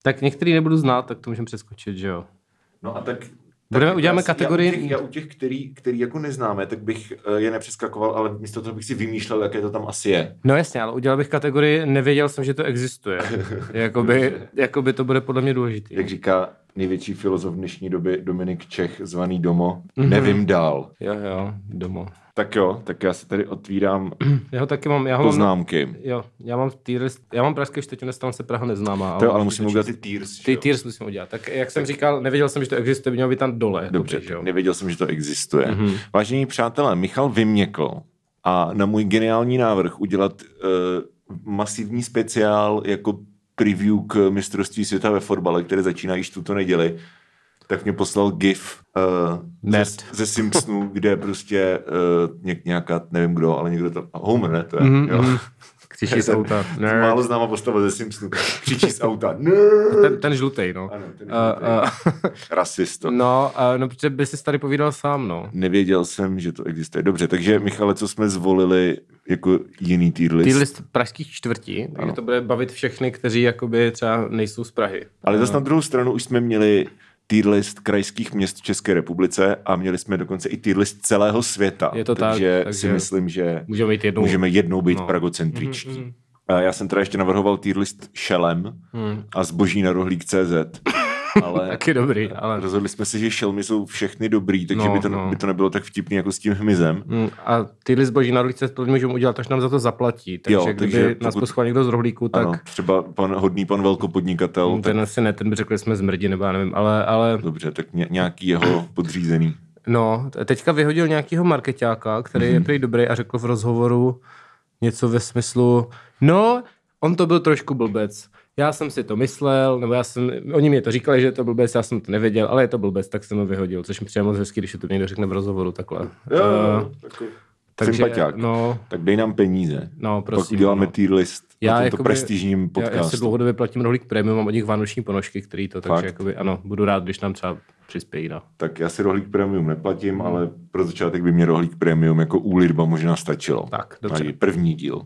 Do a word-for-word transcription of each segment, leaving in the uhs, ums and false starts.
Tak některý nebudu znát, tak to můžeme přeskočit, že jo. No a tak... Budeme, tak uděláme já, kategorii... Já u, těch, já u těch, který, který jako neznáme, tak bych je nepřeskakoval, ale místo toho bych si vymýšlel, jaké to tam asi je. No jasně, ale udělal bych kategorii, nevěděl jsem, že to existuje. jakoby, jakoby to bude podle mě důležitý. Jak říká největší filozof dnešní doby Dominik Čech, zvaný Domo, mm-hmm. nevím dál. Jo, jo, Domo. Tak jo, tak já si tady otvírám já ho taky mám, já ho poznámky. Mám, jo, já mám tier list, já mám pražské čtvrtě, tam se Praha neznámá. To jo, ale musím udělat ty tiers. Ty tiers musím udělat. Tak jak tak jsem říkal, nevěděl jsem, že to existuje, mělo by tam dole. Dobře, dobře, jo. Nevěděl jsem, že to existuje. Mm-hmm. Vážení přátelé, Michal vyměkl a na můj geniální návrh udělat uh, masivní speciál jako preview k mistrovství světa ve fotbale, které začíná již tuto neděli, tak mě poslal gif uh, ze, ze Simpsonů, kde prostě uh, nějaká, nevím kdo, ale někdo tam, Homer, ne, to je, mm-hmm. jo. Křičí z auta. Málo známá postava ze Simpsonů. Křičí z auta. Ten, ten žlutej, no. Ano, ten žlutej. Uh, uh, Rasisto. No, uh, no, protože by si tady povídal sám, no. Nevěděl jsem, že to existuje. Dobře, takže Michale, co jsme zvolili jako jiný tier list? Tier list pražských čtvrtí, takže ano. To bude bavit všechny, kteří jakoby třeba nejsou z Prahy. Ale zase na druhou stranu už jsme měli tier list krajských měst v České republice a měli jsme dokonce i tier list celého světa. Je to takže tak, takže si myslím, že můžeme, jít jednou, můžeme jednou být no. pragocentričtí. Mm-hmm. Já jsem teda ještě navrhoval tier list šelem hmm. a zboží na rohlík tečka cé zet. Ale taky dobrý, ale... rozhodli jsme se, že šelmy jsou všechny dobrý, takže no, by, to, no. by to nebylo tak vtipný jako s tím hmyzem. Mm, a ty zboží na rohlík to můžeme udělat, až nám za to zaplatí. Takže jo, kdyby takže nás poschval někdo z rohlíku, tak... Ano, třeba pan, hodný pan velkopodnikatel. Ten tak... asi ne, ten by řekl, že jsme zmrdi, nebo já nevím, ale... ale... Dobře, tak ně, nějaký jeho podřízený. No, teďka vyhodil nějakýho markeťáka, který mm-hmm. je prý dobrý a řekl v rozhovoru něco ve smyslu, no, on to byl trošku blbec. Já jsem si to myslel, nebo já jsem, oni mi to říkali, že je to blbec, já jsem to nevěděl, ale je to blbec, tak jsem ho vyhodil, což mi přijde moc hezký, když to někdo řekne v rozhovoru takhle. Jo, uh, takový takže, sympatiák. No, tak dej nám peníze. No, prosím. Pak uděláme no. tier list já na tomto jakoby, prestižním podcastu. Já, já si dlouhodobě platím rohlík premium, mám od nich vánoční ponožky, který to, takže jakoby, ano, budu rád, když nám třeba přispějí. No. Tak já si rohlík premium neplatím, hmm. ale pro začátek by mě rohlík premium jako úlitba možná stačilo. Tak, dobře. První díl.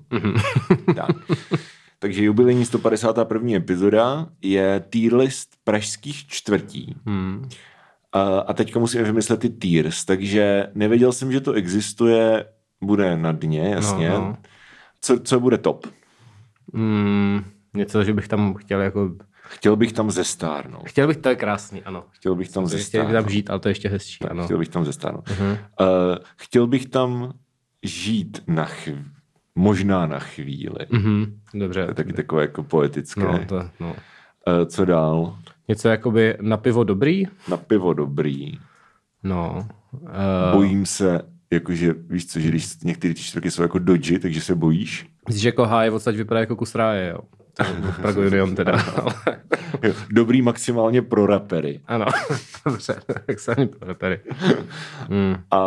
tak. Takže jubilejní sto padesátá první epizoda je tier list pražských čtvrtí. Hmm. A, a teďka musíme vymyslet ty tiers, takže nevěděl jsem, že to existuje, bude na dně, jasně. No, no. Co, co bude top? Hmm, něco, že bych tam chtěl jako... Chtěl bych tam zestárnout. Chtěl bych, to je krásný, ano. Chtěl bych tam zestárnout. Chtěl bych tam žít, ale to je ještě hezčí, tak, ano. Chtěl bych tam zestárnout. Uh-huh. Uh, chtěl bych tam žít na chvíli. Možná na chvíli. Mm-hmm, dobře. To je taky takové jako poetické. No, to, no. Uh, co dál? Něco jakoby na pivo dobrý? Na pivo dobrý. No. Uh... Bojím se, jakože, víš co, že když některé ty čtvrky jsou jako dodži, takže se bojíš? Myslíš, že jako háje odsaď vypadá jako kus ráje, jo? Prago Union teda. Ale... Dobrý maximálně pro rapery. Ano, dobře, maximálně pro rapery. Hmm. A,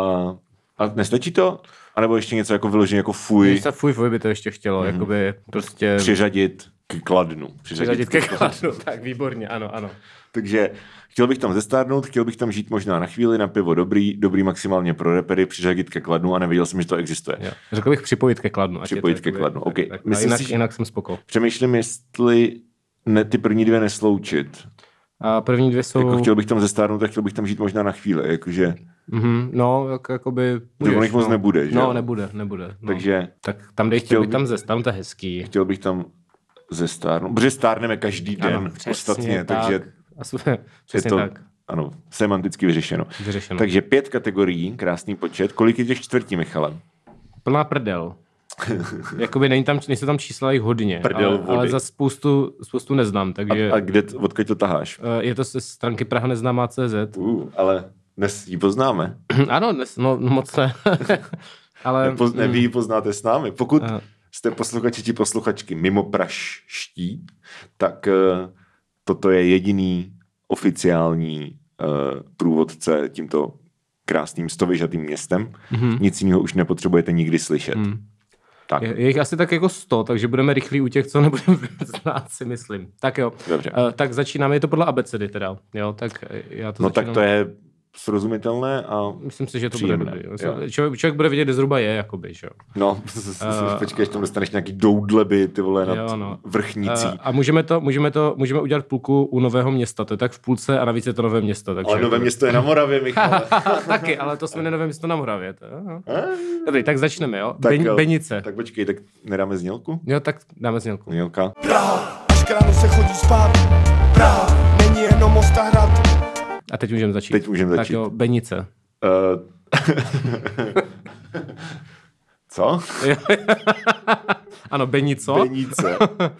a nestačí to? A nebo ještě něco jako vyloženě jako fuj. Něco fuj, fuj by to ještě chtělo, mm. jakoby prostě... Přiřadit k Kladnu. Přiřadit, Přiřadit ke Kladnu, tak výborně, ano, ano. Takže chtěl bych tam zestárnout, chtěl bych tam žít možná na chvíli, na pivo dobrý, dobrý maximálně pro repery, přiřadit ke Kladnu a nevěděl jsem, že to existuje. Jo. Řekl bych připojit ke Kladnu. Připojit ke Kladnu, ok. Tak, tak, jinak, si, jinak jsem spoko. Přemýšlím, jestli ne, ty první dvě nesloučit. A první dvě jsou... Jako chtěl bych tam zestárnout a chtěl bych tam žít možná na chvíli, jakože... Mm-hmm, no, jak, jakoby... Můžeš, to moc no. nebude, že? No, nebude, nebude. No. Takže... Tak tam dej, chtěl bych tam zestárnout, to je hezký. Chtěl bych tam zestárnout, protože stárneme každý den ano, ostatně, tak. takže... Aspoň, přesně to, tak. Ano, semanticky vyřešeno. vyřešeno. Takže pět kategorií, krásný počet. Kolik je těch čtvrtí, Michale? Plná prdel. Jakoby není tam, nejsou tam čísla jich hodně, ale, ale za spoustu, spoustu neznám, takže... A, a kde, odkud to taháš? Je to ze stránky Praha neznámá tečka cé zet. Uh, ale dnes ji poznáme. Ano, dnes, no moc ne. ale... Nepoz, neví ji poznáte s námi. Pokud uh. jste posluchači či posluchačky mimo pražští, tak uh, toto je jediný oficiální uh, průvodce tímto krásným stovyžatým městem. Mm-hmm. Nic jiného už nepotřebujete nikdy slyšet. Mm. Tak. Je, je jich asi tak jako sto, takže budeme rychlí u těch, co nebudeme znát, si myslím. Tak jo. Dobře. Uh, tak začínáme, je to podle abecedy teda. Jo, tak já to no začínám. tak to je srozumitelné a Myslím si, že to příjemné. bude dobrý. Člověk, člověk bude vidět, kde zhruba je, jakoby, že jo. No, uh, počkej, až tam dostaneš nějaký doudleby, ty vole, nad jo, no. vrchnicí. Uh, a můžeme to, můžeme to, můžeme udělat půlku u Nového Města, to je tak v půlce a navíc je to Nové Město. Takže ale Nové jako... Město je na Moravě, Michale. Taky, ale to jsme Nové Město na Moravě. To, uh. Dobrý, tak začneme, jo. Tak, ben, Benice. Tak počkej, tak nedáme znělku? Jo, tak dáme znělku. Znělka. Praha, až k ránu se chodí spát. Praha, není jenom Mostahrad. A teď můžeme začít. Teď můžeme začít. Tak jo, Benice. Uh... Co? Ano, Benico. Benice.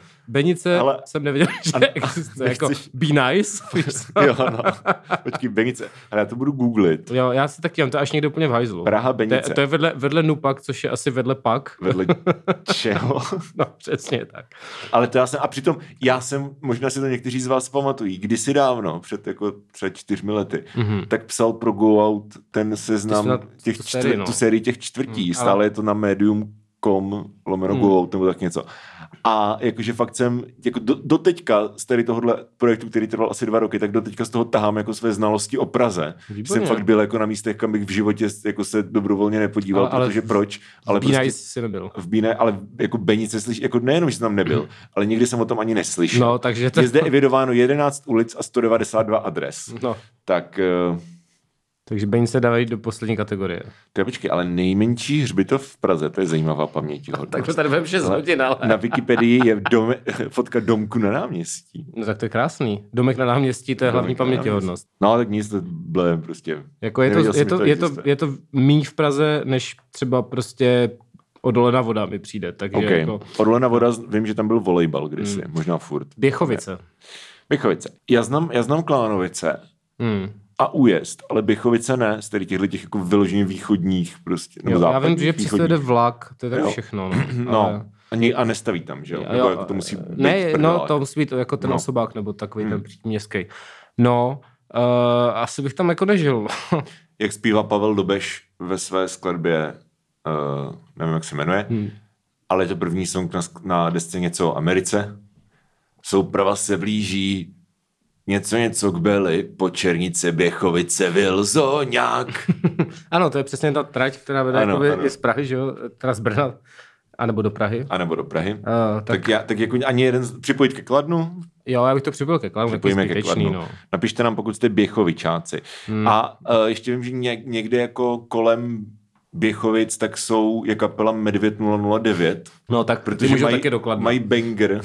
Benice ale... jsem nevěděl, že ano, existuje. nechceš... Jako be nice. Jo, no. Počkej, Benice. Ale já to budu googlit. Jo, já si taky mám, to je až někde úplně v hajzlu. Praha, Benice. To je, to je vedle, vedle Nupak, což je asi vedle Pak. Vedle čeho? No, přesně tak. Ale to já jsem, a přitom já jsem, možná si to někteří z vás pamatují, kdysi dávno, před jako před čtyřmi lety, mm-hmm. tak psal pro Go Out ten seznam těch tu, čtvr, sérii, no. tu sérii těch čtvrtí. Mm, stále ale... je to na medium tečka com lomeno mm. Go Out nebo tak něco. A jakože fakt jsem, jako do, do teďka z tady tohohle projektu, který trval asi dva roky, tak do teďka z toho tahám jako své znalosti o Praze. Výborně. Jsem fakt byl jako na místech, kam bych v životě jako se dobrovolně nepodíval, ale, protože ale proč. Ale v Be Nice si nebyl. V Be ale jako Benice slyš, jako nejenom, že jsem tam nebyl, ale nikdy jsem o tom ani neslyšel. No, takže to... Je zde evidováno jedenáct ulic a sto devadesát dva adres. No. Tak... Uh... Takže Benice dávají do poslední kategorie. To je, počkej, ale nejmenší hřbitov v Praze, to je zajímavá pamětihodnost. Tak to tady budeme šest hodin, ale... Na Wikipedii je dom, fotka domku na náměstí. No tak to je krásný. Domek na náměstí, to je Domek hlavní pamětihodnost. No tak nic, to bylo prostě... Jako je, to, je, to, je, to, je to míň v Praze, než třeba prostě Odolená voda mi přijde. Takže okay. jako... Odolená voda, vím, že tam byl volejbal kdysi, hmm. možná furt. Běchovice. Běchovice. Já znám, já znám Klánovice. Hmm. A Újezd, ale Běchovice ne, z tady těchto těch jako vyloženě východních prostě, nebo jo, já vím, že přesto jede vlak, to je tak jo. všechno. No, no ale... a, a nestaví tam, že jo? jo nebo jako to musí být ne, no to musí být jako ten no. osobák, nebo takový hmm. ten městský. No, uh, asi bych tam jako nežil. Jak zpívá Pavel Dobeš ve své skladbě, uh, nevím, jak se jmenuje, hmm. ale je to první song na, na desce Něco o Americe. Souprava se blíží, něco, něco k Beli, Počernice, Běchovice, Vilzoňák. Ano, to je přesně ta trať, která vede ano, ano. i z Prahy, že jo? Teda z Brna, anebo do Prahy. A nebo do Prahy. Uh, tak... tak, já, tak jako ani jeden, připojit ke Kladnu? Jo, já bych to připojil ke Kladnu, Připojíme ke Kladnu. No. Napište nám, pokud jste Běchovičáci. Hmm. A uh, ještě vím, že ně, někde jako kolem Běchovic, tak jsou, je kapela Medvěd nula nula devět. No tak protože mají, taky dokladno. Mají banger.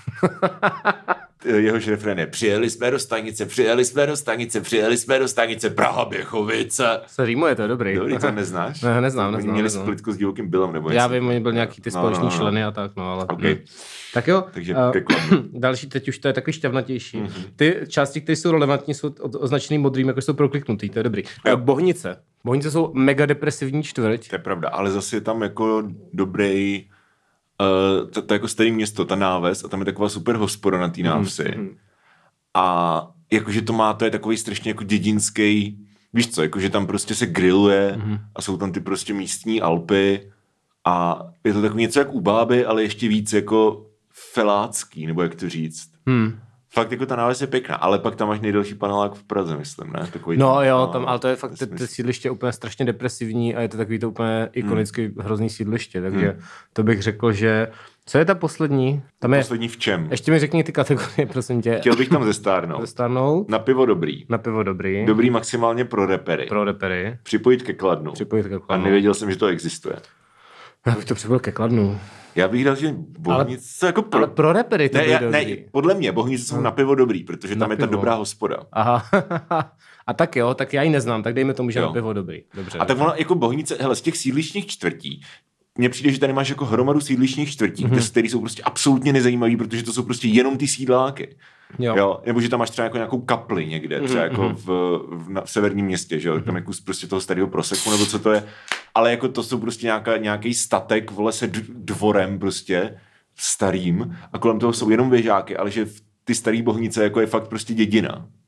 Jehož refrén je: přijeli jsme do stanice, přijeli jsme do stanice, přijeli jsme do stanice, Praha, Běchovice. Se rýmuje, to je dobrý. Dobrý, to neznáš? Ne, neznám, oni neznám. Měli splitku s Divokým Billem, nebo já vím, oni byl nějaký ty společní no, no, no. členy a tak, no ale... Okay. Tak jo, takže uh, další, teď už to je takový šťavnatější. Mm-hmm. Ty části, které jsou relevantní, jsou označený modrým, jako jsou prokliknutý, to je dobrý. Uh, Bohnice. Bohnice jsou mega depresivní čtvrť. To je pravda, ale zase je tam jako dobrý... Uh, to, to je jako starý město, ta náves, a tam je taková super hospoda na té návsi. Mm-hmm. A jakože to má, to je takový strašně jako dědinský, víš co, jakože tam prostě se grilluje mm-hmm. a jsou tam ty prostě místní Alpy a je to takový něco jak u Báby, ale ještě víc jako felácký, nebo jak to říct. Mm. Fakt jako ta náves je pěkná, ale pak tam máš nejdelší panelák v Praze, myslím, ne? Takový no tam, jo, tam, ale to je fakt, to, to sídliště je úplně strašně depresivní a je to takový to úplně ikonický hmm. hrozný sídliště, takže hmm. to bych řekl, že... Co je ta poslední? Tam je... Poslední v čem? Ještě mi řekni ty kategorie, prosím tě. Chtěl bych tam zestárnout. Zestárnout. Na pivo dobrý. Na pivo dobrý. Dobrý maximálně pro repery. Pro repery. Připojit ke Kladnu. Připojit ke Kladnu. A nevěděl jsem, že to existuje. Já bych to připojil ke Kladnu. Já bych dal, že Bohnice ale, jako pro... Ale pro repery to ne, bude já, dobrý. Ne, podle mě Bohnice jsou na pivo dobrý, protože tam na je pivo. ta dobrá hospoda. Aha. A tak jo, tak já ji neznám, tak dejme tomu, že jo. Na pivo dobrý. Dobře. A tak ono jako Bohnice, hele, z těch sídlišních čtvrtí, mně přijde, že tady máš jako hromadu sídlišních čtvrtí, mm-hmm. které jsou prostě absolutně nezajímavé, protože to jsou prostě jenom ty sídláky. Jo. Jo. Nebo že tam máš třeba jako nějakou kapli někde, třeba mm-hmm. jako v, v, na, v severním městě, že jo, mm-hmm. tam je kus prostě toho starého proseku, nebo co to je. Ale jako to jsou prostě nějaká, nějaký statek, vole se dvorem prostě starým a kolem toho jsou jenom věžáky, ale že ty starý Bohnice jako je fakt prostě dědina.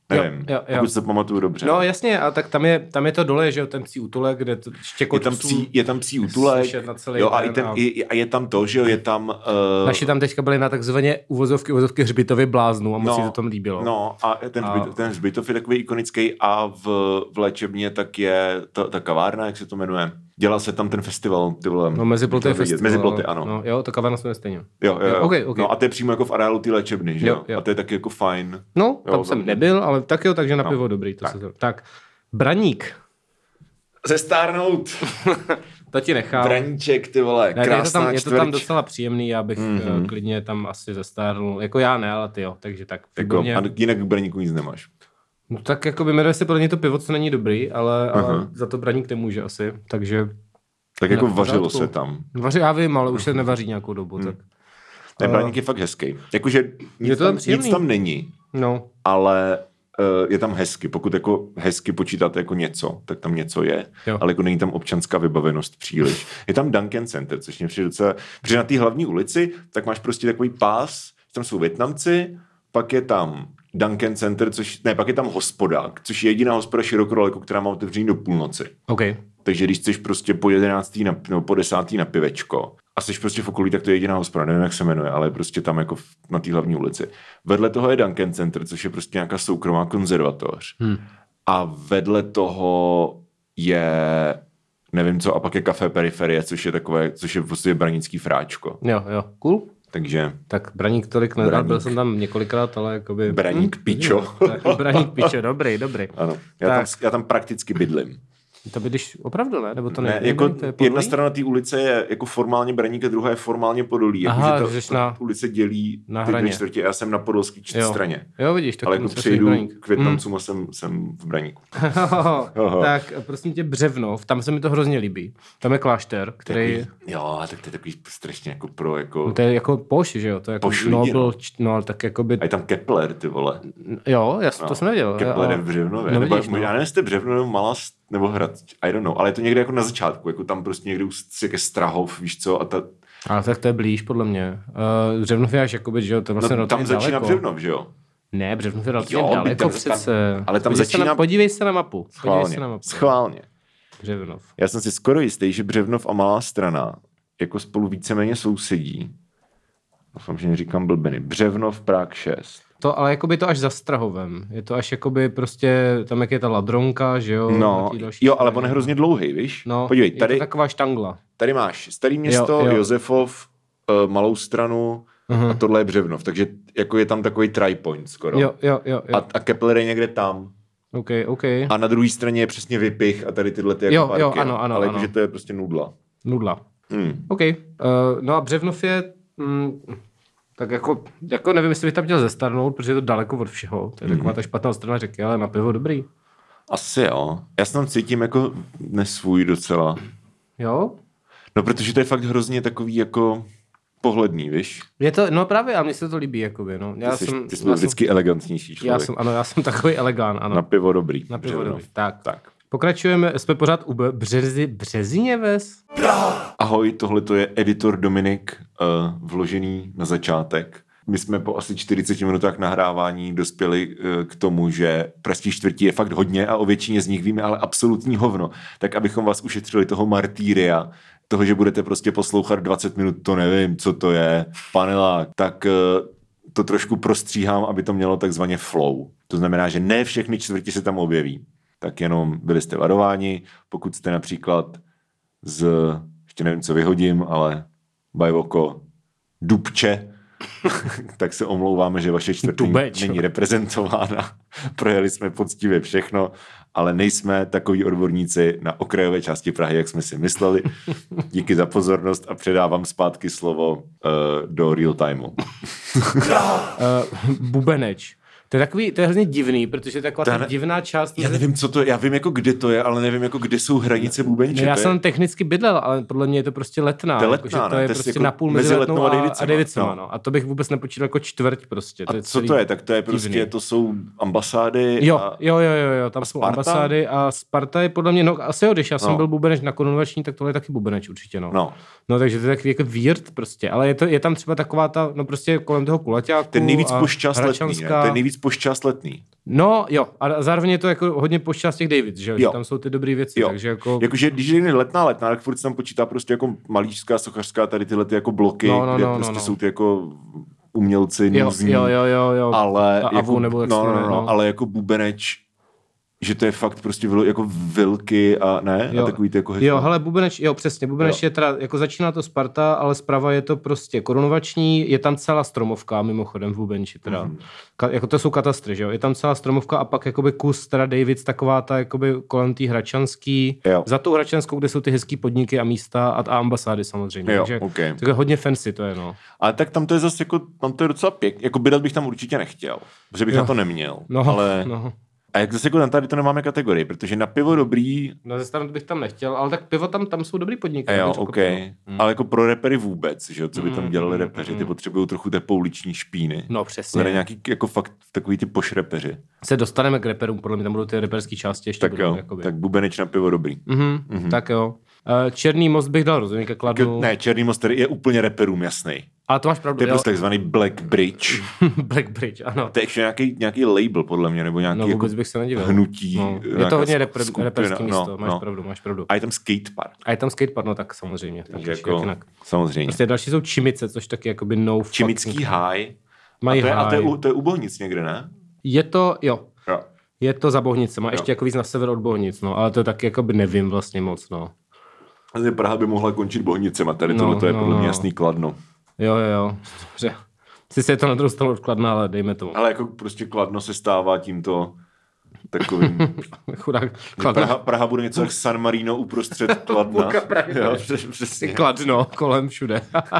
Nevím, Jo, jo, jo. pokud se pamatuju dobře. No jasně, a tak tam je, tam je to dole, že jo, ten psí útulek, kde to štěkot Je tam psí, je tam psí útulek, slyšet na celý jo, a, den i ten, a- i, a je tam to, že jo, je tam... Uh, Naši tam teďka byli na takzvaně uvozovky, uvozovky hřbitovy bláznů a moc no, si to tam líbilo. No a ten, A- hřbitov, ten hřbitov je takový ikonický a v, v léčebně tak je ta, ta kavárna, jak se to jmenuje. Dělal se tam ten festival, ty vole. No Meziploty je festival. Meziploty, ano. No, jo, to kavárna jsme stejně. Jo, jo, jo. Jo, okay, okay. No a to je přímo jako v areálu ty léčebny, že Jo, jo? jo. A to je taky jako fajn. No, tam Jo, jsem tam- nebyl, ale tak jo, takže na No, pivo dobrý. To tak. tak. Se, tak, Braník, Zestárnout. to ti nechám. Braníček, ty vole, Ne, je, to krásná tam, je to čtvrť. tam docela příjemný, já bych Mhm. mm-hmm. klidně tam asi zestárnul. Jako já ne, ale ty jo, takže tak. Jako, výborně. a jinak k Braníku nic nemáš. No, tak jako by jmenuje se podle mě to pivo, co není dobrý, ale, ale Aha. za to Braník nemůže asi, takže Tak jako Ne, v vařilo pořádku. se tam. vaří, já vím, ale už se nevaří nějakou dobu, tak Ten A- Braník je fakt hezký. Jakože nic, to tam tam, příjemný. nic tam není, no. ale uh, je tam hezky. Pokud jako hezky počítáte jako něco, tak tam něco je, Jo. ale jako není tam občanská vybavenost příliš. Je tam Duncan Center, což mě přijde docela... Protože na té hlavní ulici, tak máš prostě takový pás, tam jsou Vietnamci, pak je tam Duncan Center, což... Ne, pak je tam hospodák, což je jediná hospoda širokoroleku, která má otevřený do půlnoci. OK. Takže když chceš prostě po jedenáctý na, nebo po desátý na pivečko a jsi prostě v okolí, tak to je jediná hospoda, nevím, jak se jmenuje, ale je prostě tam jako v, na té hlavní ulici. Vedle toho je Duncan Center, což je prostě nějaká soukromá konzervatoř. Hmm. A vedle toho je, nevím co, a pak je Café Periferie, což je takové, což je prostě branický fráčko. Jo, jo, cool. Takže Tak Braník tolik ne, Braník. byl jsem tam několikrát, ale jakoby... Braník pičo. Tak, Braník pičo, dobrý, dobrý. ano, já tam, já tam prakticky bydlím. To by když opravdu ne, nebo to Ne, ne, jako to je jedna podolí? strana té ulice je jako formálně Braník a druhá je formálně Podolí. Aha, Jako, že že jsi ta, na- ta ulice dělí na ty dvě hraně. čtvrtě. Já jsem na podolské Jo. straně. Jo, vidíš, tak Ale to jako musíš přejdu Braník. k Větnamcům a jsem, jsem v Braníku. Mm. Tak prosím tě, Břevnov, tam se mi to hrozně líbí. Tam je klášter, který... Takový, jo, tak to je takový strašně jako pro jako... To je jako poš, že jo? To je jako Poš lidi, Nobel, no. č- no, ale tak jako by... A je tam Kepler, ty vole. Jo, já jsem, to jsem nevěděl. Kepler je A- v Břevnově. No, nebo, vidíš, no. Já nevím, jestli to je Břevno nebo Malá St- nebo Hrad, I don't know, ale je to někde jako na začátku, jako tam prostě někde už je Strahov, víš co, a ta, Ale tak to je blíž, podle mě. Uh, Břevnov je až jakoby, že jo, to je vlastně no, tam relativně začíná daleko. Břevnov, že jo? Ne, Břevnov je relativně Jo, daleko tam- přece. ale tam podívej začíná- Se na, podívej se na mapu. Podívej Schválně, se na mapu. schválně. Břevnov. Já jsem si skoro jistý, že Břevnov a Malá Strana jako spolu víceméně sousedí. Doufám, že neříkám blbiny. Břevnov, Prák šest. To, ale jakoby to až za Strahovem. Je to až jakoby prostě, tam jak je ta Ladronka, že jo? No, na té další jo, ale straně. on je hrozně dlouhý, víš? No, Podívej, je tady, to taková štangla. tady máš Starý Město, Jo, jo. Josefov, uh, Malou Stranu Mhm. a tohle je Břevnov. Takže jako je tam takový tri-point skoro. Jo, jo, jo. jo. A, a Kepler je někde tam. OK, OK. A na druhé straně je přesně Vypich a tady tyhle ty jako Jo, parky. jo, ano, ano, Ale ano. jakože to je prostě nudla. Nudla. Hmm. OK. Uh, no a Břevnov je... Mm, tak jako, jako nevím, jestli bych tam chtěl zestarnout, protože je to daleko od všeho. To je Mhm. taková ta špatná strana řeky, ale na pivo dobrý. Asi jo. Já se tam cítím jako nesvůj docela. Jo? No, protože to je fakt hrozně takový jako pohledný, víš? Je to, no právě, a mně se to líbí, jakoby, no. Já Ty jsi, jsem, ty jsi já byl vždycky elegantnější jsem, já člověk. jsem, ano, já jsem takový elegán, ano. Na pivo dobrý. Na pivo Břevnov. dobrý. Tak. tak. Pokračujeme, jsme pořád u B- Březi, Březině ves? Ahoj, tohle to je editor Dominik, uh, vložený na začátek. My jsme po asi čtyřiceti minutách nahrávání dospěli uh, k tomu, že pražský čtvrtí je fakt hodně a o většině z nich víme ale absolutní hovno. Tak abychom vás ušetřili toho martýria, toho, že budete prostě poslouchat dvacet minut, to nevím, co to je, panelák, tak uh, to trošku prostříhám, aby to mělo takzvaně flow. To znamená, že ne všechny čtvrti se tam objeví. Tak jenom byli jste varováni, pokud jste například z, ještě nevím, co vyhodím, ale bajvoko Dubče, tak se omlouváme, že vaše čtvrtý Dubeč. není reprezentována. Projeli jsme poctivě všechno, ale nejsme takoví odborníci na okrajové části Prahy, jak jsme si mysleli. Díky za pozornost a předávám zpátky slovo uh, do real timeu. Uh, bubeneč. To je takový, to je hrozně divný, protože je taková ta ne- divná část. Já nevím, co to je, já vím jako kde to je, ale nevím jako kde jsou hranice bubenče. Ne, já To je- jsem technicky bydlel, ale podle mě je to prostě Letná. To je jako, že Letná, to ne? je To je prostě jako napůl mezi mezi Letnou Letnou a a, Dejvicema, a Dejvicema, no. no. A to bych vůbec nepočítal jako čtvrť prostě. To A je co celý to je? Tak to je prostě, divný. to jsou ambasády. Jo, a... jo, jo, jo, jo, tam jsou Sparta? ambasády a Sparta je podle mě, no asi jo, když já jsem No. byl bubeneč na korunovační, tak tohle je taky bubeneč určitě, no. No, No takže to je takový jako weird prostě, ale je, to, je tam třeba taková ta, no prostě kolem toho kulaťáku. Ten nejvíc a pošťastletný, ne? Ten nejvíc pošťastletný. No jo, a zároveň je to jako hodně pošťast těch Davids, že jo, že tam jsou ty dobré věci, jo. takže jako... Jakože když je letná letná, tak furt se tam počítá prostě jako malířská, sochařská, tady tyhle ty jako bloky, no, no, kde no, prostě no, no. jsou ty jako umělci jo, nuzní, jo, jo, jo, jo. ale a jako, Avu, nebo jak no, no, no, no, no, ale jako bubeneč, že to je fakt prostě jako vilky a ne, jo. a takový ty jako hezky. Jo, hele, bubeneč, jo, přesně, bubeneč jo. je teda, jako začíná to Sparta, ale zprava je to prostě korunovační, je tam celá stromovka, mimochodem v bubenči teda. Mm. Ka, jako to jsou katastry, že jo, je tam celá stromovka a pak jakoby kus teda Davids, taková ta jakoby kolem té Hračanský, jo. za tou Hračanskou, kde jsou ty hezký podniky a místa a, a ambasády samozřejmě, jo, takže okay. to je hodně fancy to je, no. Ale tak tam to je zase jako, tam to je docela pěkný, jako bydlet bych tam určitě nechtěl, protože bych jo. na to neměl, no, ale... No. A jak zase jako na tady to nemáme kategorii, protože na pivo dobrý... No ze strany bych tam nechtěl, ale tak pivo tam, tam jsou dobrý podniky. A jo, ok. Hmm. Ale jako pro repery vůbec, že jo, co by tam dělali mm, repeři, mm. ty potřebují trochu té pouliční špíny. No přesně. Tady nějaký jako fakt takový ty pošrepeři. Se dostaneme k reperům, podle mě tam budou ty reperské části ještě. Tak budou, jo, jakoby. tak bubeneč na pivo dobrý. Mm-hmm, mm-hmm. Tak jo. Černý most bych dal rozhodně ke Kladnu. Ne, Černý most tady je úplně reperům jasný. Ale to máš pravdu. To je prostě takzvaný Black Bridge. Black Bridge, ano. To je ještě nějaký, nějaký label, podle mě, nebo nějaký no, vůbec jako bych se nedivil. hnutí. No. Je to hodně reper, skupina, reperský místo, no, máš no. pravdu, máš pravdu. A je tam skatepark. A je tam skatepark, no tak samozřejmě. Takže jako, samozřejmě. Prostě další jsou Čimice, což taky jakoby no Čimický high. Mají a to je, high. A to je, u, to je u Bohnic někde, ne? Je to, jo. Jo. Je to za Bohnice, má jo. ještě jako víc na sever od Bohnic, no, ale to taky jakoby nevím vlastně moc, no. Ale Praha by mohla končit Bohnicema, tady no, tohle to je no, podle mě no. jasný Kladno. Jo, jo, jo, dobře. Sice je to na druhou stranu od Kladna, ale dejme tomu. Ale jako prostě Kladno se stává tímto takovým... Chudák. Praha, Praha bude něco jak San Marino uprostřed Kladna. Jo, přesně. Kladno, kolem všude.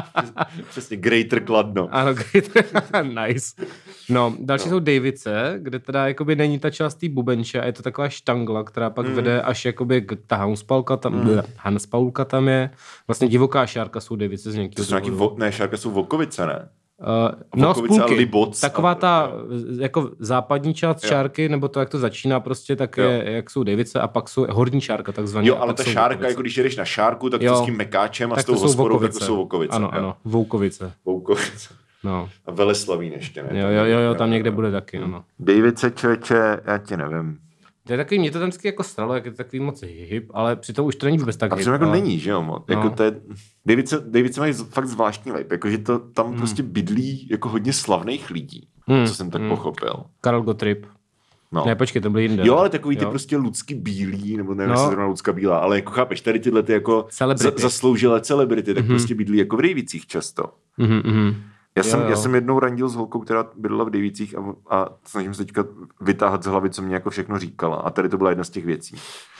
Přesně, Greater Kladno. Ano, Greater, nice. No, další no. jsou Davice, kde teda jakoby není ta část té bubenče a je to taková štangla, která pak mm. vede až jakoby k ta Hanspalka tam, mm. Hanspalka tam je. Vlastně divoká šárka jsou Davice z nějakého. To jsou nějaký, vo, ne, šárka jsou Vokovice, ne? Uh, no, z půlky. Taková ta jako západní část jo. šárky, nebo to, jak to začíná prostě, tak je, jak jsou Davice a pak jsou horní šárka takzvaně. Jo, ale ta šárka, Vokovice. Jako když jedeš na šárku, tak jo. to s tím mekáčem a tak s tou hospodou, tak to jsou Vokovice. Ano, jo. ano, Voukovice. Voukovice. No. A Veleslavín ještě, ne? Jo, jo, jo, jo tam někde bude taky, ano. Davice, člověče, já ti nevím. To je takový, mě to tam vždycky jako stralo, jak je to takový moc hip, ale přitom už to není vůbec tak a hip. A jako ale... není, že jo, moc. No. Jako to je... Davice, Davice mají fakt zvláštní vibe, jakože to tam hmm. prostě bydlí jako hodně slavných lidí, hmm. co jsem tak hmm. pochopil. Karel Gottrip. No. Ne, počkej, to byl jinde. Jo, ale takový jo. ty prostě Lucky bílí, nebo nevím, no. jestli zrovna Lucka bílá, ale jako chápeš, tady tyhle ty jako za, zasloužilé celebrity, tak mm-hmm. prostě bydlí jako v Davicích často. Mm-hmm. Já, jo, jsem, jo. já jsem jednou randil s holkou, která bydlela v Davicích a, a snažím se teďka vytáhat z hlavy, co mě jako všechno říkala. A tady to byla jedna z těch věcí.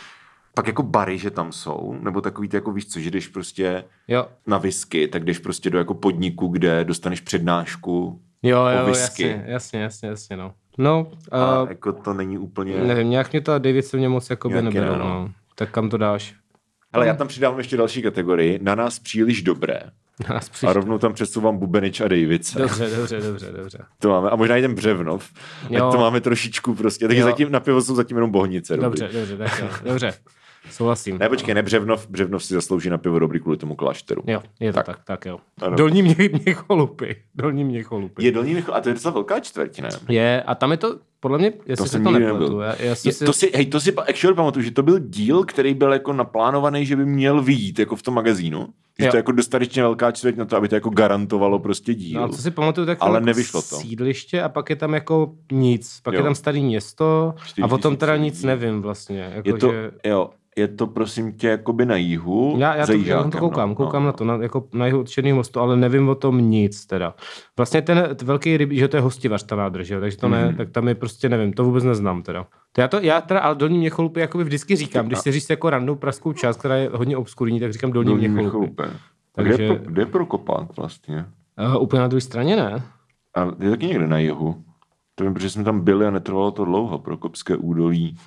Pak jako bary, že tam jsou, nebo takový ty jako víš co, že jdeš prostě jo. na whisky, tak jdeš prostě do jako podniku, kde dostaneš přednášku jo, jo, o whisky. Jasně, jasně, jasně, jasně, no. No, a uh, jako to není úplně... Nevím, nějak mě ta Davice mě moc jako by nebylo, no. no. Tak kam to dáš? Hele, já tam přidávám ještě další kategorii. Na nás příliš dobré. Na nás příliš... A rovnou tam přesouvám Bubenič a Davice. Dobře, dobře, dobře, dobře. To máme. A možná i ten Břevnov. Jo. To máme trošičku prostě. Takže zatím na pivo jsou zatím jenom Bohnice. Dobře, dobře, tak jo. Dobře. Souhlasím. Ne, počkej, ne, Břevnov, Břevnov si zaslouží na pivo dobrý kvůli tomu klášteru. Jo, je to tak, tak, tak jo. Ano. Dolní mě, Měcholupy. Dolní Měcholupy. Je Dolní Měcholupy, a to je docela velká čtvrť, ne? Je, a tam je to, podle mě, jestli to se to nepletu. Já, já je, si... To si, hej, to si actually pamatuju, že to byl díl, který byl jako naplánovaný, že by měl vyjít jako v tom magazínu. Že jo. To je jako dostatečně velká čtvrť na to, aby to jako garantovalo prostě díl. No, co si pamatuju, tak ale jako nevyšlo to. Sídliště a pak je tam jako nic. Pak jo. je tam starý město a o tom teda nic nevím vlastně. Jako je to, že... jo. Je to, prosím tě, jakoby na jihu. Já, já, to, já to koukám, no, koukám no. na to, na, jako na jihu od Černého mostu, ale nevím o tom nic teda. Vlastně ten velký ryb, že to je Hostivař ta nádrž, jo, takže to ne, mm. tak tam je prostě nevím, to vůbec neznám teda. To já, to, já teda, ale Dolní Měcholupy jakoby vždycky říkám, když si říct jako random pražskou část, která je hodně obskurní, tak říkám Dolní, Dolní Měcholupy. Takže... Kde, je pro, kde je Prokopák vlastně? Uh, úplně na druhé straně, ne? A je taky někde na jihu. To vím, protože jsme tam byli a netrvalo to dlouho, Prokopské údolí.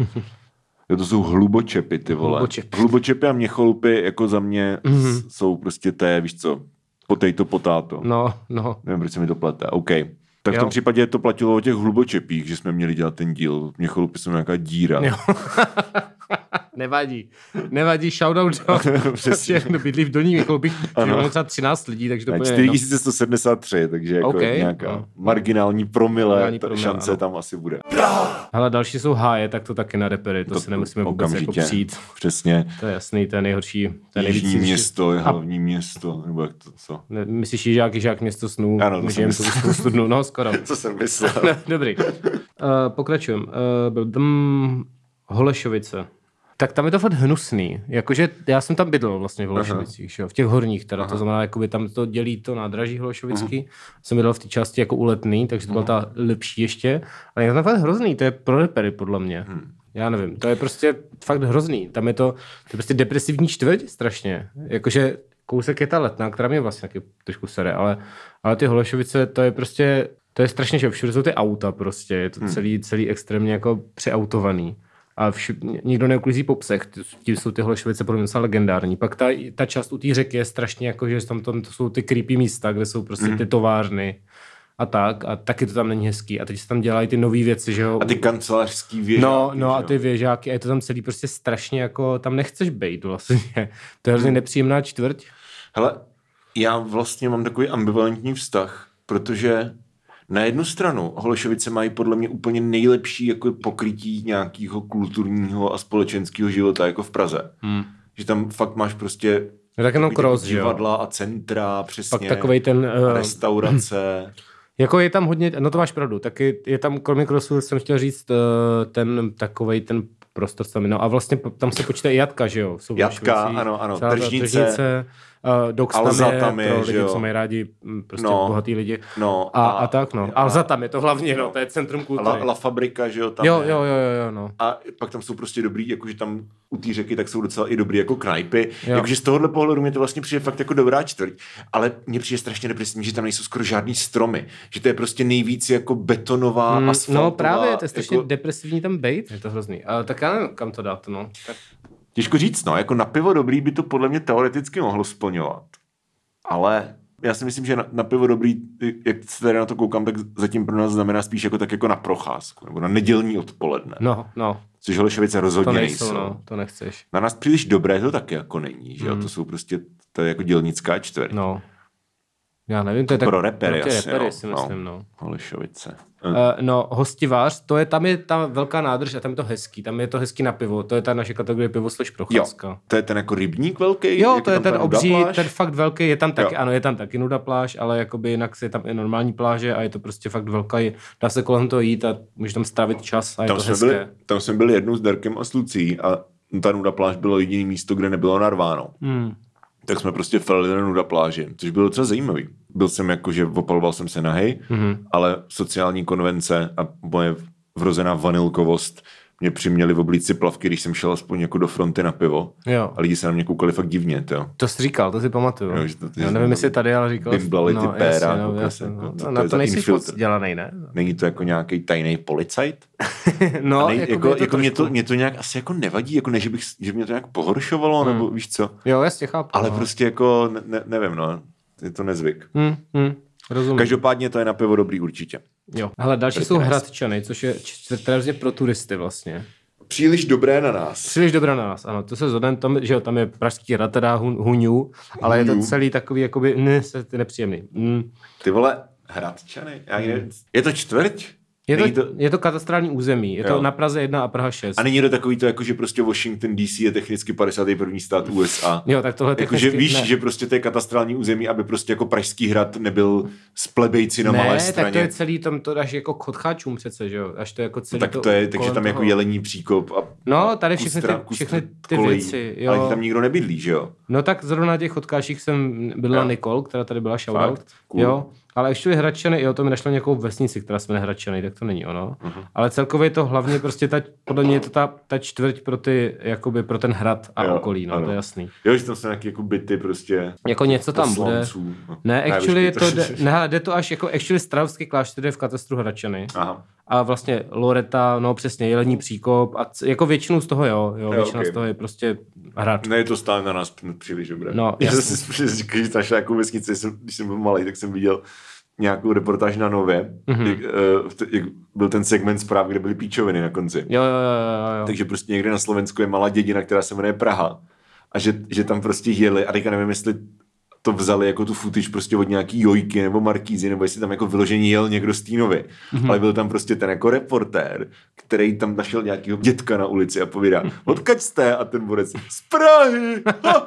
To jsou hlubočepy, ty vole. Hlubočepy. Hlubočepy a Měcholupy jako za mě mm-hmm. jsou prostě té, víš co, potato potato. No, no. Nevím, proč se mi to plete. OK. Tak jo. v tom případě to platilo o těch hlubočepích, že jsme měli dělat ten díl. Měcholupy jsou nějaká díra. Nevadí. Nevadí, shoutout. Přesně, kdo bydlí v Dolní Mikulbích, máme třeba třináct lidí, takže to bude čtyři tisíce sto sedmdesát tři, takže jako okay, nějaká no. marginální promile, Marginální ta promile, šance ano. tam asi bude. Hele, další jsou háje, tak to taky na repery, to, to si nemusíme vůbec jako přijít. Přesně. To je jasný, to je nejhorší. To je Jižní město je hlavní a... město, nebo jak to, co? Ne, myslíš Jižák, Jižák město snů? Ano, to jsem myslel. Studnu, no skoro. Co jsem myslel. Dobrý. Uh, pokračujem. Uh, byl tam Holešovice. Tak tam je to fakt hnusný. Jakože já jsem tam bydlel vlastně v Holešovicích, že? V těch horních teda, Aha. to znamená, jakoby tam to dělí to nádraží Holešovický. Uh-huh. Jsem bydlel v té části jako u Letný, takže to byla uh-huh. ta lepší ještě. Ale je to fakt hrozný, to je pro repery podle mě. Uh-huh. Já nevím, to je prostě fakt hrozný. Tam je to, to je prostě depresivní čtvrť strašně. Jakože kousek je ta Letná, která mě vlastně taky trošku sere, ale, ale ty Holešovice, to je prostě, to je strašně, že všude jsou ty auta prostě, je to celý, celý extrémně jako přeautovaný. A všu- nikdo neuklízí po psech, tím jsou ty Holešovice podle mě legendární. Pak ta, ta část u té řeky je strašně jako, že tam, tam to jsou ty creepy místa, kde jsou prostě mm. ty továrny a tak, a taky to tam není hezký. A teď se tam dělají ty nové věci, že jo. A ty kancelářský věžáky. No, no a ty věžáky, a je to tam celý prostě strašně jako, tam nechceš bejt vlastně. To je hrozně nepříjemná čtvrť. Hele, já vlastně mám takový ambivalentní vztah, protože na jednu stranu Holešovice mají podle mě úplně nejlepší jako pokrytí nějakého kulturního a společenského života jako v Praze. Hmm. Že tam fakt máš prostě tak jenom cross, divadla a centra, přesně. Pak takovej ten uh, restaurace. Jako je tam hodně, no to máš pravdu, taky je tam kromě crossu, jsem chtěl říct, ten takovej ten prostor sami, no a vlastně tam se počítá i jatka, že jo? Jsou jatka, ano, ano, tržnice, tržnice uh, Dox Alza tam je, tam je, pro lidi, jo? co mají rádi prostě no, bohatý lidi. No, a, a, a tak, no. A, Alza tam je to hlavně, no, to je centrum kultury. La, La Fabrika, že jo, tam jo, je. Jo, jo, jo, jo, no. A pak tam jsou prostě dobrý, jakože tam u té řeky tak jsou docela i dobrý jako knajpy. Jo. Jakože z tohohle pohledu mě to vlastně přijde fakt jako dobrá čtvrť, ale mně přijde strašně depresivní, že tam nejsou skoro žádný stromy, že to je prostě nejvíc jako betonová, mm, asfaltová. No právě, to je strašně jako... depresivní tam bejt, je to hrozný. A tak já nevím, kam to dát, no. Tak... Těžko říct, no, jako na pivo dobrý by to podle mě teoreticky mohlo splňovat. Ale já si myslím, že na, na pivo dobrý, jak se tady na to koukám, tak zatím pro nás znamená spíš jako tak jako na procházku, nebo na nedělní odpoledne. No, no. Což Holešovice rozhodně to nejsou. nejsou. No, to nechceš. Na nás příliš dobré to taky jako není, že jo? Mm. To jsou prostě, to je jako dělnická čtvrť. No. Já nevím, to je tak... Pro repery pro asi, repery, no. si myslím, no. Holešovice. Uh, no, Hostivář, to je, tam je ta velká nádrž a tam je to hezký, tam je to hezký na pivo, to je ta naše kategorie pivo slash procházka. Jo, to je ten jako rybník velký? Jo, to je ten obří, pláž? ten fakt velký, je tam taky, jo. ano, je tam taky nuda pláž, ale jakoby jinak je tam i normální pláže a je to prostě fakt velká, dá se kolem toho jít a můžeš tam strávit čas a je tam to jsme hezké. Byli, tam jsme byli jednou s Darkem a s Lucí a ta nuda pláž bylo jediné místo, kde nebylo narváno. Hmm. Tak jsme prostě falili na nuda pláži, což bylo docela zajímavý. Byl jsem jako, že opaloval jsem se nahej, mm-hmm. ale sociální konvence a moje vrozená vanilkovost mě přiměli v oblíci plavky, když jsem šel aspoň jako do fronty na pivo. Jo. A lidi se na mě koukali fakt divně. To, to jsi říkal, to si pamatuju. Jo, to, ty Já nevím, jestli tady, ale říkal. Bimblali ty no, péra. Jasně, no, jasně, jako, no, to, to, na to, to nejsi moc dělanej, ne? Není to jako nějaký tajný policajt? no, nej, jako, jako, to jako mě, to, mě to nějak asi jako nevadí, jako ne, že, bych, že mě to nějak pohoršovalo, hmm. nebo víš co? Jo, jasně, chápu. Ale no. prostě jako, ne, ne, nevím, no, je to nezvyk. Hmm, hmm. Rozumím. Každopádně to je na pivo dobrý určitě. Jo. Hele, další jsou Hradčany, což je čtvrtě pro turisty vlastně. Příliš dobré na nás. Příliš dobré na nás, ano. To se zhodneme, tam, že jo, tam je pražský hrad, teda hun, Huňů, ale je to celý takový, jakoby, ne, se nepříjemný. Mm. Ty vole, Hradčany? Já nevím. Je to čtvrť? Je to, to... je to katastrální území, je jo. to na Praze jedna a Praha šest. A není to takový to, jako že prostě Washington D C je technicky padesátý první stát U S A. Jo, tak tohle jako, technicky... že víš, ne. že prostě to je katastrální území, aby prostě jako Pražský hrad nebyl s plebejci na ne, malé straně. Ne, tak to je celý, tam to dáš jako k chodcháčům přece, že jo, až to jako celý no, tak to... to je, takže tam toho... jako jelení příkop a no, tady všechny ty, kus, všechny ty kolejí, věci, jo. Ale tam nikdo nebydlí, že jo? No tak zrovna na těch chodkáších jsem byla Nikol, která tady byla shoutout. Cool. Jo. Ale ještě Hradčany, jo, to mi našlo nějakou vesnici, která se jmenuje Hradčany, tak to není ono. Uh-huh. Ale celkově je to hlavně prostě ta, podle mě je to ta, ta čtvrť pro ty, jakoby pro ten hrad a jo, okolí, no, ano. To je jasný. Jo, že tam jsou nějaké jako byty prostě. Jako něco tam bude. No. Ne, actually to, jde, ne, jde to až jako, actually Strahovský klášter je v katastru Hradčany. Aha. A vlastně Loreta, no přesně, Jelení příkop a c- jako většinu z toho, jo, jo, jo většina okay. z toho je prostě hrad. Ne, je to stále na nás příliš dobré. No, já jsem si říkal, že našla jako vesnici, když jsem byl malý, tak jsem viděl nějakou reportáž na Nově, Mm-hmm. jak, uh, jak byl ten segment zpráv, kde byly píčoviny na konci. Jo, jo, jo, jo. Takže prostě někde na Slovensku je malá dědina, která se jmenuje Praha. A že, že tam prostě jeli, a teďka nevím, jestli to vzali jako tu footage prostě od nějaký Jojky nebo Markízy, nebo jestli tam jako vyloženě jel někdo z Týnovy. Mm-hmm. Ale byl tam prostě ten jako reportér, který tam našel nějakého dětka na ulici a povídá, odkud jste? A ten borec, z Prahy!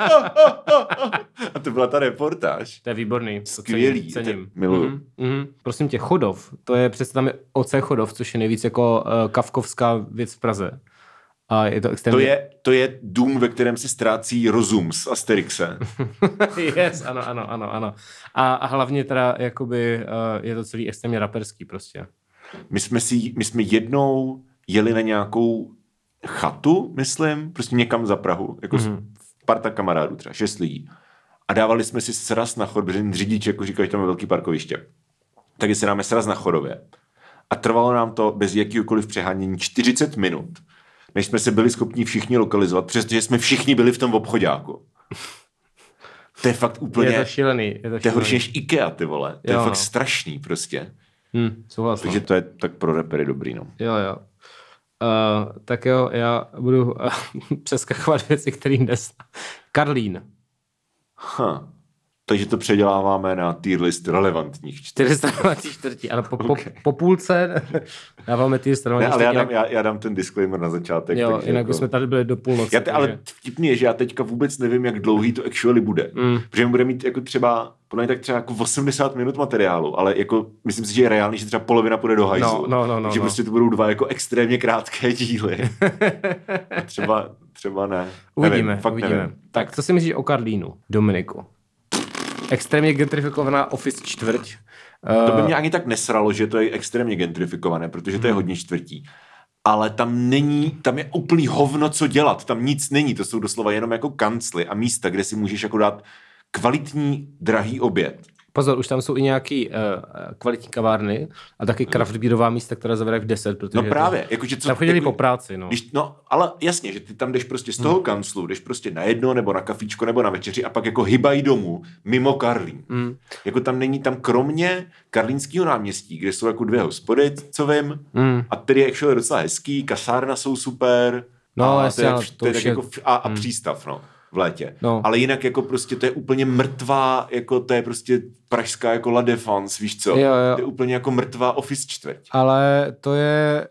A to byla ta reportáž. To je výborný. Skvělý. Cením. Miluju. Mm-hmm. Mm-hmm. Prosím tě, Chodov. To je přesně tam je O C Chodov, což je nejvíc jako uh, kafkovská věc v Praze. A je to extrémně... To je, to je dům, ve kterém se ztrácí rozum z Asterixe. Yes, ano, ano, ano, ano. A, a hlavně teda jakoby uh, je to celý extrémně raperský prostě. My jsme, si, my jsme jednou jeli na nějakou chatu, myslím, prostě někam za Prahu, jako mm-hmm. parta kamarádů, třeba šest lidí. A dávali jsme si sraz na chod, protože řidič jako říkal, že tam je velký parkoviště. Takže si dáme sraz na Chodově. A trvalo nám to bez jakýhokoliv přehánění čtyřicet minut, než jsme se byli schopni všichni lokalizovat, přestože jsme všichni byli v tom obchoďáku. To je fakt úplně... Je to šílený. Je to, šílený. To je horší než IKEA, ty vole. To jo, je fakt no. strašný prostě. Hmm, souhlasím. Takže to je tak pro rapery dobrý, no. Jo, jo. Uh, tak jo, já budu uh, přeskakovat věci, které dnes... Karlín. Huh. Takže to předěláváme na tier list relevantních čtyři sta čtvrtí, ale po, okay. po, po půlce dáváme tier sta Ne, ale já dám, jinak... já, já dám ten disclaimer na začátek. Jo, takže jinak jako... bychom tady byli do půlnoci. Já te, ale vtipný je, že já teďka vůbec nevím, jak dlouhý to actually bude. Mm. Protože bude mít jako třeba, podle mě tak třeba jako osmdesát minut materiálu, ale jako myslím si, že je reálný, že třeba polovina půjde do hajzlu. No, no, no, no, takže no. prostě to budou dva jako extrémně krátké díly. A třeba, třeba ne. Uvidíme, nevím, fakt uvidíme. nevím. Tak, co si myslíš o Karlínu, Dominiku? Extrémně gentrifikovaná office čtvrť. To by mě ani tak nesralo, že to je extrémně gentrifikované, protože to je hodně čtvrtí. Ale tam není, tam je úplný hovno, co dělat. Tam nic není, to jsou doslova jenom jako kancly a místa, kde si můžeš jako dát kvalitní, drahý oběd. Pozor, už tam jsou i nějaký uh, kvalitní kavárny a taky craft beerová místa, která zavírají v deset, protože no právě, to, jakože co, tam chodili jako, po práci, no. Když, no, ale jasně, že ty tam jdeš prostě z toho hmm. kanclu, jdeš prostě na jedno, nebo na kafíčko, nebo na večeři a pak jako hybají domů mimo Karlín. Hmm. Jako tam není tam kromě Karlínského náměstí, kde jsou jako dvě hospody, co vím, hmm. a tedy je actually docela hezký, kasárna jsou super, no, a, jasně, to je, to to je je... jako, a, a hmm. přístav, no. V létě. No. Ale jinak jako prostě to je úplně mrtvá, jako to je prostě pražská jako La Défense, víš co? Jo, jo. To je úplně jako mrtvá office čtvrť. Ale to je,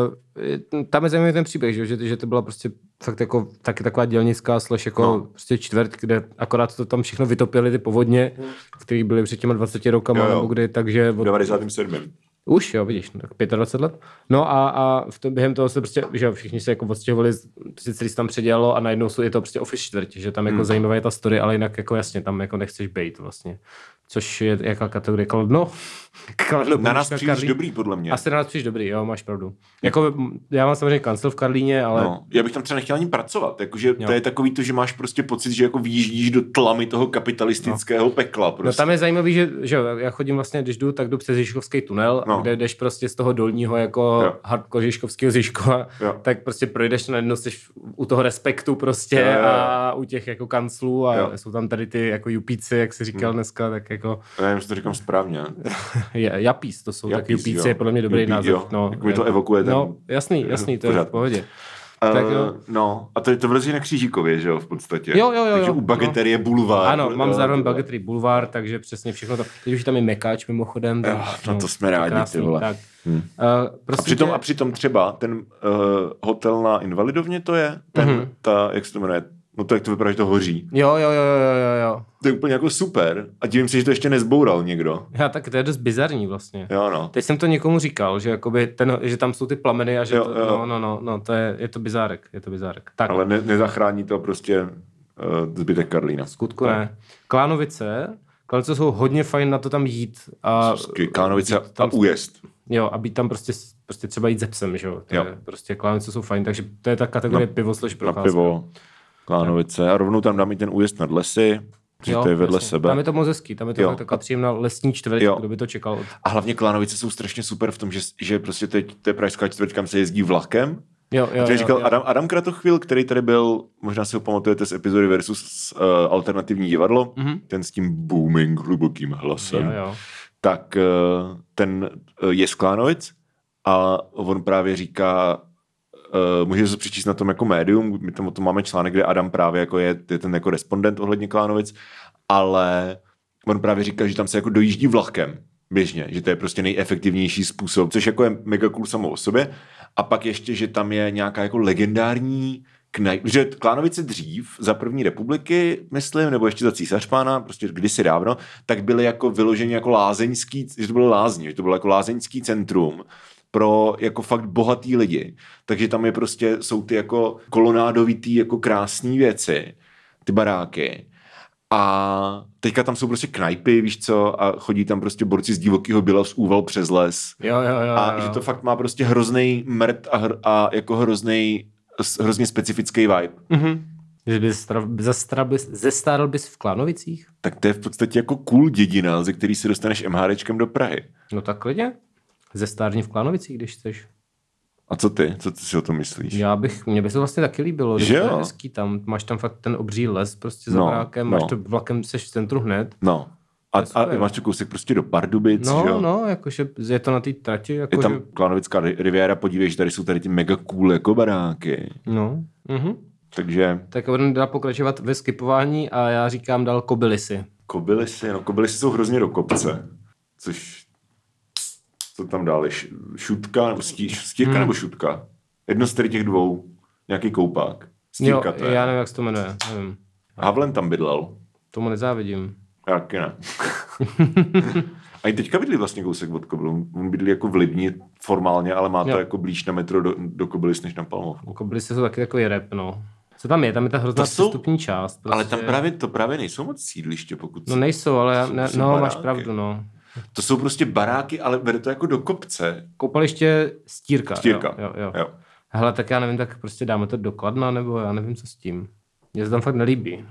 uh, tam je zajímavý ten příběh, že, že to byla prostě fakt jako taky taková dělnická slash jako no. prostě čtvrť, kde akorát to tam všechno vytopili ty povodně, které byly před těma dvaceti rokama, nebo kdy, takže... V devadesátém sedmém Už, jo, vidíš, no, tak dvacet pět let. No a, a v tom, během toho se prostě, že všichni se jako odstěhovali, prostě celý se tam předělalo a najednou je to prostě office čtvrť, že tam jako hmm. zajímavá je ta story, ale jinak jako jasně, tam jako nechceš bejt vlastně. Což je jaká kategorie? Kladno? Kladno na nás příliš Karlín. Dobrý, podle mě. Asi na nás příliš dobrý, jo, máš pravdu. Jako, já mám samozřejmě kancel v Karlíně, ale... No, já bych tam třeba nechtěl ani pracovat, jakože to je takový to, že máš prostě pocit, že jako vyjíždíš do tlamy toho kapitalistického no. pekla. Prostě. No tam je zajímavý, že, že já chodím vlastně, když jdu, tak jdu přes Žižkovský tunel, no. kde jdeš prostě z toho dolního jako hardcore Žižkovského Žižkova, tak prostě projdeš najednou, jsi u toho Respektu prostě jo, jo, jo. a u těch jako kanclů a jo. jsou tam tady ty jako jupíci, jak jsi říkal hmm. dneska, tak jako... Já nevím, že to říkám správně. Japís, to jsou Japís, taky jupíci, je podle mě dobrý Jupí, název. No, jak mi to evokuje ten... No, jasný, jasný, to je v pohodě. Uh, tak jo. No, a to je to vlezí na Křížíkově, že jo, v podstatě. Jo, jo, jo. Takže u Bagetery je bulvár. Ano, mám zároveň Bagetery bulvár, takže přesně všechno to. Teď už tam je Mekáč mimochodem. Jo, no, to jsme rádi, krásný, ty vole. Tak. Hmm. Uh, prostě a, přitom, tě... a přitom třeba ten uh, hotel na Invalidovně to je, ten, mm-hmm. ta, jak se to jmenuje, no to jak to vypadá, že to hoří. Jo, jo, jo, jo, jo. To je úplně jako super a divím se, že to ještě nezboural někdo. Já tak to je dost bizarní vlastně. Jo, no. Teď jsem to někomu říkal, že, jakoby ten, že tam jsou ty plameny a že jo, to, jo. no, no, no, no, to je, je to bizárek, je to bizárek. Tak. Ale ne, nezachrání to prostě uh, zbytek Karlína. Skutku tak. Ne. Klánovice, Klánovice jsou hodně fajn na to tam jít. A Klánovice tam, a Újezd. Jo, a být tam prostě, prostě třeba jít ze psem, že jo. To jo. Je, prostě Klánovice jsou fajn, takže to je ta kategorie na, pivo slash procházka. Na pivo, Klánovice a rovnou tam dám i ten Újezd nad lesy. Jo, to je vedle jasně. Sebe. Tam je to moc hezký, tam je to taková příjemná lesní čtvrť, kdo by to čekal. A hlavně Klánovice jsou strašně super v tom, že, že prostě teď to je pražská čtvrť, kam se jezdí vlakem. Jo, jo, jo, říkal jo. Adam, Adam Kratochvil, který tady byl, možná si ho pamatujete z epizody Versus uh, alternativní divadlo, mm-hmm. ten s tím booming hlubokým hlasem. Jo, jo. tak ten je z Klánovic a on právě říká, Uh, můžete se přečíst na tom jako médium, my tam o tom máme článek, kde Adam právě jako je, je ten jako respondent ohledně Klánovic, ale on právě říká, že tam se jako dojíždí vlakem běžně, že to je prostě nejefektivnější způsob, což jako je mega cool samo o sobě. A pak ještě, že tam je nějaká jako legendární knajp, že Klánovice dřív za první republiky, myslím, nebo ještě za císařpána, prostě kdysi dávno, tak byly jako vyloženě jako lázeňský, že to bylo lázně, že to bylo jako lázeňský centrum pro jako fakt bohatý lidi. Takže tam je prostě, jsou ty jako kolonádovitý jako krásný věci, ty baráky. A teďka tam jsou prostě knajpy, víš co, a chodí tam prostě borci z divokýho byla z úval přes les. Jo, jo, jo. A jo. že to fakt má prostě hroznej mrt a, hr, a jako hroznej, hrozně specifický vibe. Mhm. Že bys zastral bys, zestárl bys v Klánovicích? Tak to je v podstatě jako cool dědina, ze který se dostaneš MHDčkem do Prahy. No tak klidně. Zestárni v Klánovicích, když chceš. A co ty? Co ty si o tom myslíš? Já bych, mně by se vlastně taky líbilo, Že že to je jo? hezký tam. Máš tam fakt ten obří les prostě za No, brákem, no. máš to vlakem, seš v centru hned. No. A, To je a super. máš to kousek prostě do Pardubic, No, že jo? no, jakože je to na té trati. Jako Je tam že... Klánovická riviéra, podívej, že tady jsou tady ty mega cool jako baráky. No, mhm. Takže Tak budeme dál pokračovat ve skipování a já říkám dál Kobylisy. kobylisy, no kobylisy jsou hrozně do kopce. Což, co tam dále? Šutka, nebo stí, stírka Hmm. nebo šutka? Jedno z tady těch dvou. Nějaký koupák. Stírka Jo, to je. já nevím, jak se to jmenuje, nevím. Havlen tam bydlel. Tomu nezávidím. Já taky ne. A i teďka bydlí vlastně kousek od Kobylu. On bydlí jako v Libni formálně, ale má to Jo. jako blíž na metro do, do Kobylis než na Palmovku. Kobylisy jsou taky takový rap, no. Co tam je? Tam je ta hrozná To jsou- přestupní část. Prostě. Ale tam právě to právě nejsou moc sídliště, pokud... No nejsou, ale já, jsou ne, prostě no máš baráky. pravdu, no. To jsou prostě baráky, ale vede to jako do kopce. Koupaliště Stírka. Stírka. Jo, jo, jo. Jo. Hele, tak já nevím, tak prostě dáme to do Kladna, nebo já nevím, co s tím. Mně se tam fakt nelíbí.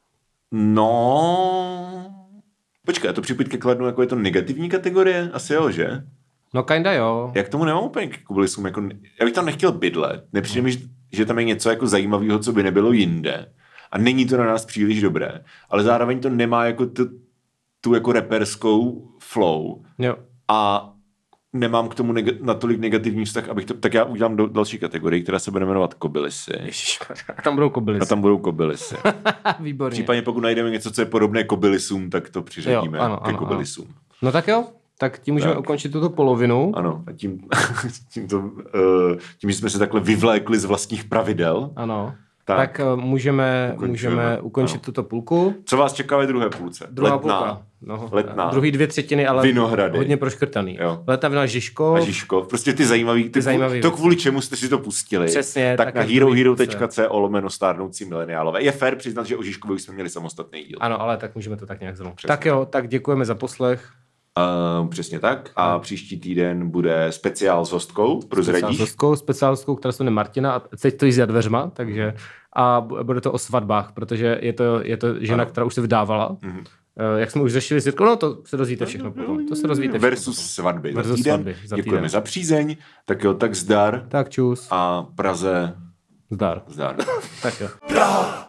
No... Počkej, a to připojit ke Kladnu, jako je to negativní kategorie? Asi jo, že? No kinda jo. Jak tomu nemám úplně k Kobylisům, jako... Já bych tam nechtěl bydlet. Nepřijde mi, že tam je něco jako zajímavého, co by nebylo jinde. A není to na nás příliš dobré. Ale zároveň to nemá jako tu, tu jako reperskou flow. Jo. A nemám k tomu neg- natolik negativní vztah, abych to... Tak já udělám do, další kategorii, která se bude jmenovat Kobylisy. Ježišmarja, a tam budou Kobylisy. A tam budou Kobylisy. Výborně. Případně pokud najdeme něco, co je podobné Kobylisům, tak to přiřadíme Jo, ano, ke ano, Kobylisům. No tak jo, tak tím můžeme Tak. ukončit tuto polovinu. Ano, a tím, tím, to, uh, tím, že jsme se takhle vyvlékli z vlastních pravidel. Ano. Tak. Tak, tak můžeme, Ukončujeme. můžeme ukončit Ano. tuto půlku. Co vás čeká ve druhé půlce? Druhá Letná. půlka. No, Letná. Druhý dvě třetiny, ale Vinohrady. hodně proškrtaný. Jo. Letná vina Žižkov. A Žižkov. Prostě ty zajímavý, ty, Ty zajímavý to věci. kvůli čemu jste si to pustili. Přesně, Tak tak na jak hero druhý hero půlce. tečka c o lomeno stárnoucí mileniálové. Je fér přiznat, že o Žižkovi už jsme měli samostatný díl. Ano, ale tak můžeme to tak nějak zhrnout. Přesně. Tak jo, tak děkujeme za poslech. Uh, přesně tak. A příští týden bude speciál s hostkou. Speciál Prozradíš? s hostkou, speciál s hostkou, která se jmenuje Martina a teď to jí za dveřma, takže a bu- bude to o svatbách, protože je to, je to žena, Ano. která už se vdávala. Mhm. Eh, Jak jsme už řešili s Jirkou, no to se dozvíte všechno potom. To se dozvíte všechno Versus potom. svatby. Versus za týden. svatby za Děkujeme týden. za přízeň. Tak jo, tak zdar. Tak čus. A Praze Zdar. zdar. Tak jo. Praha,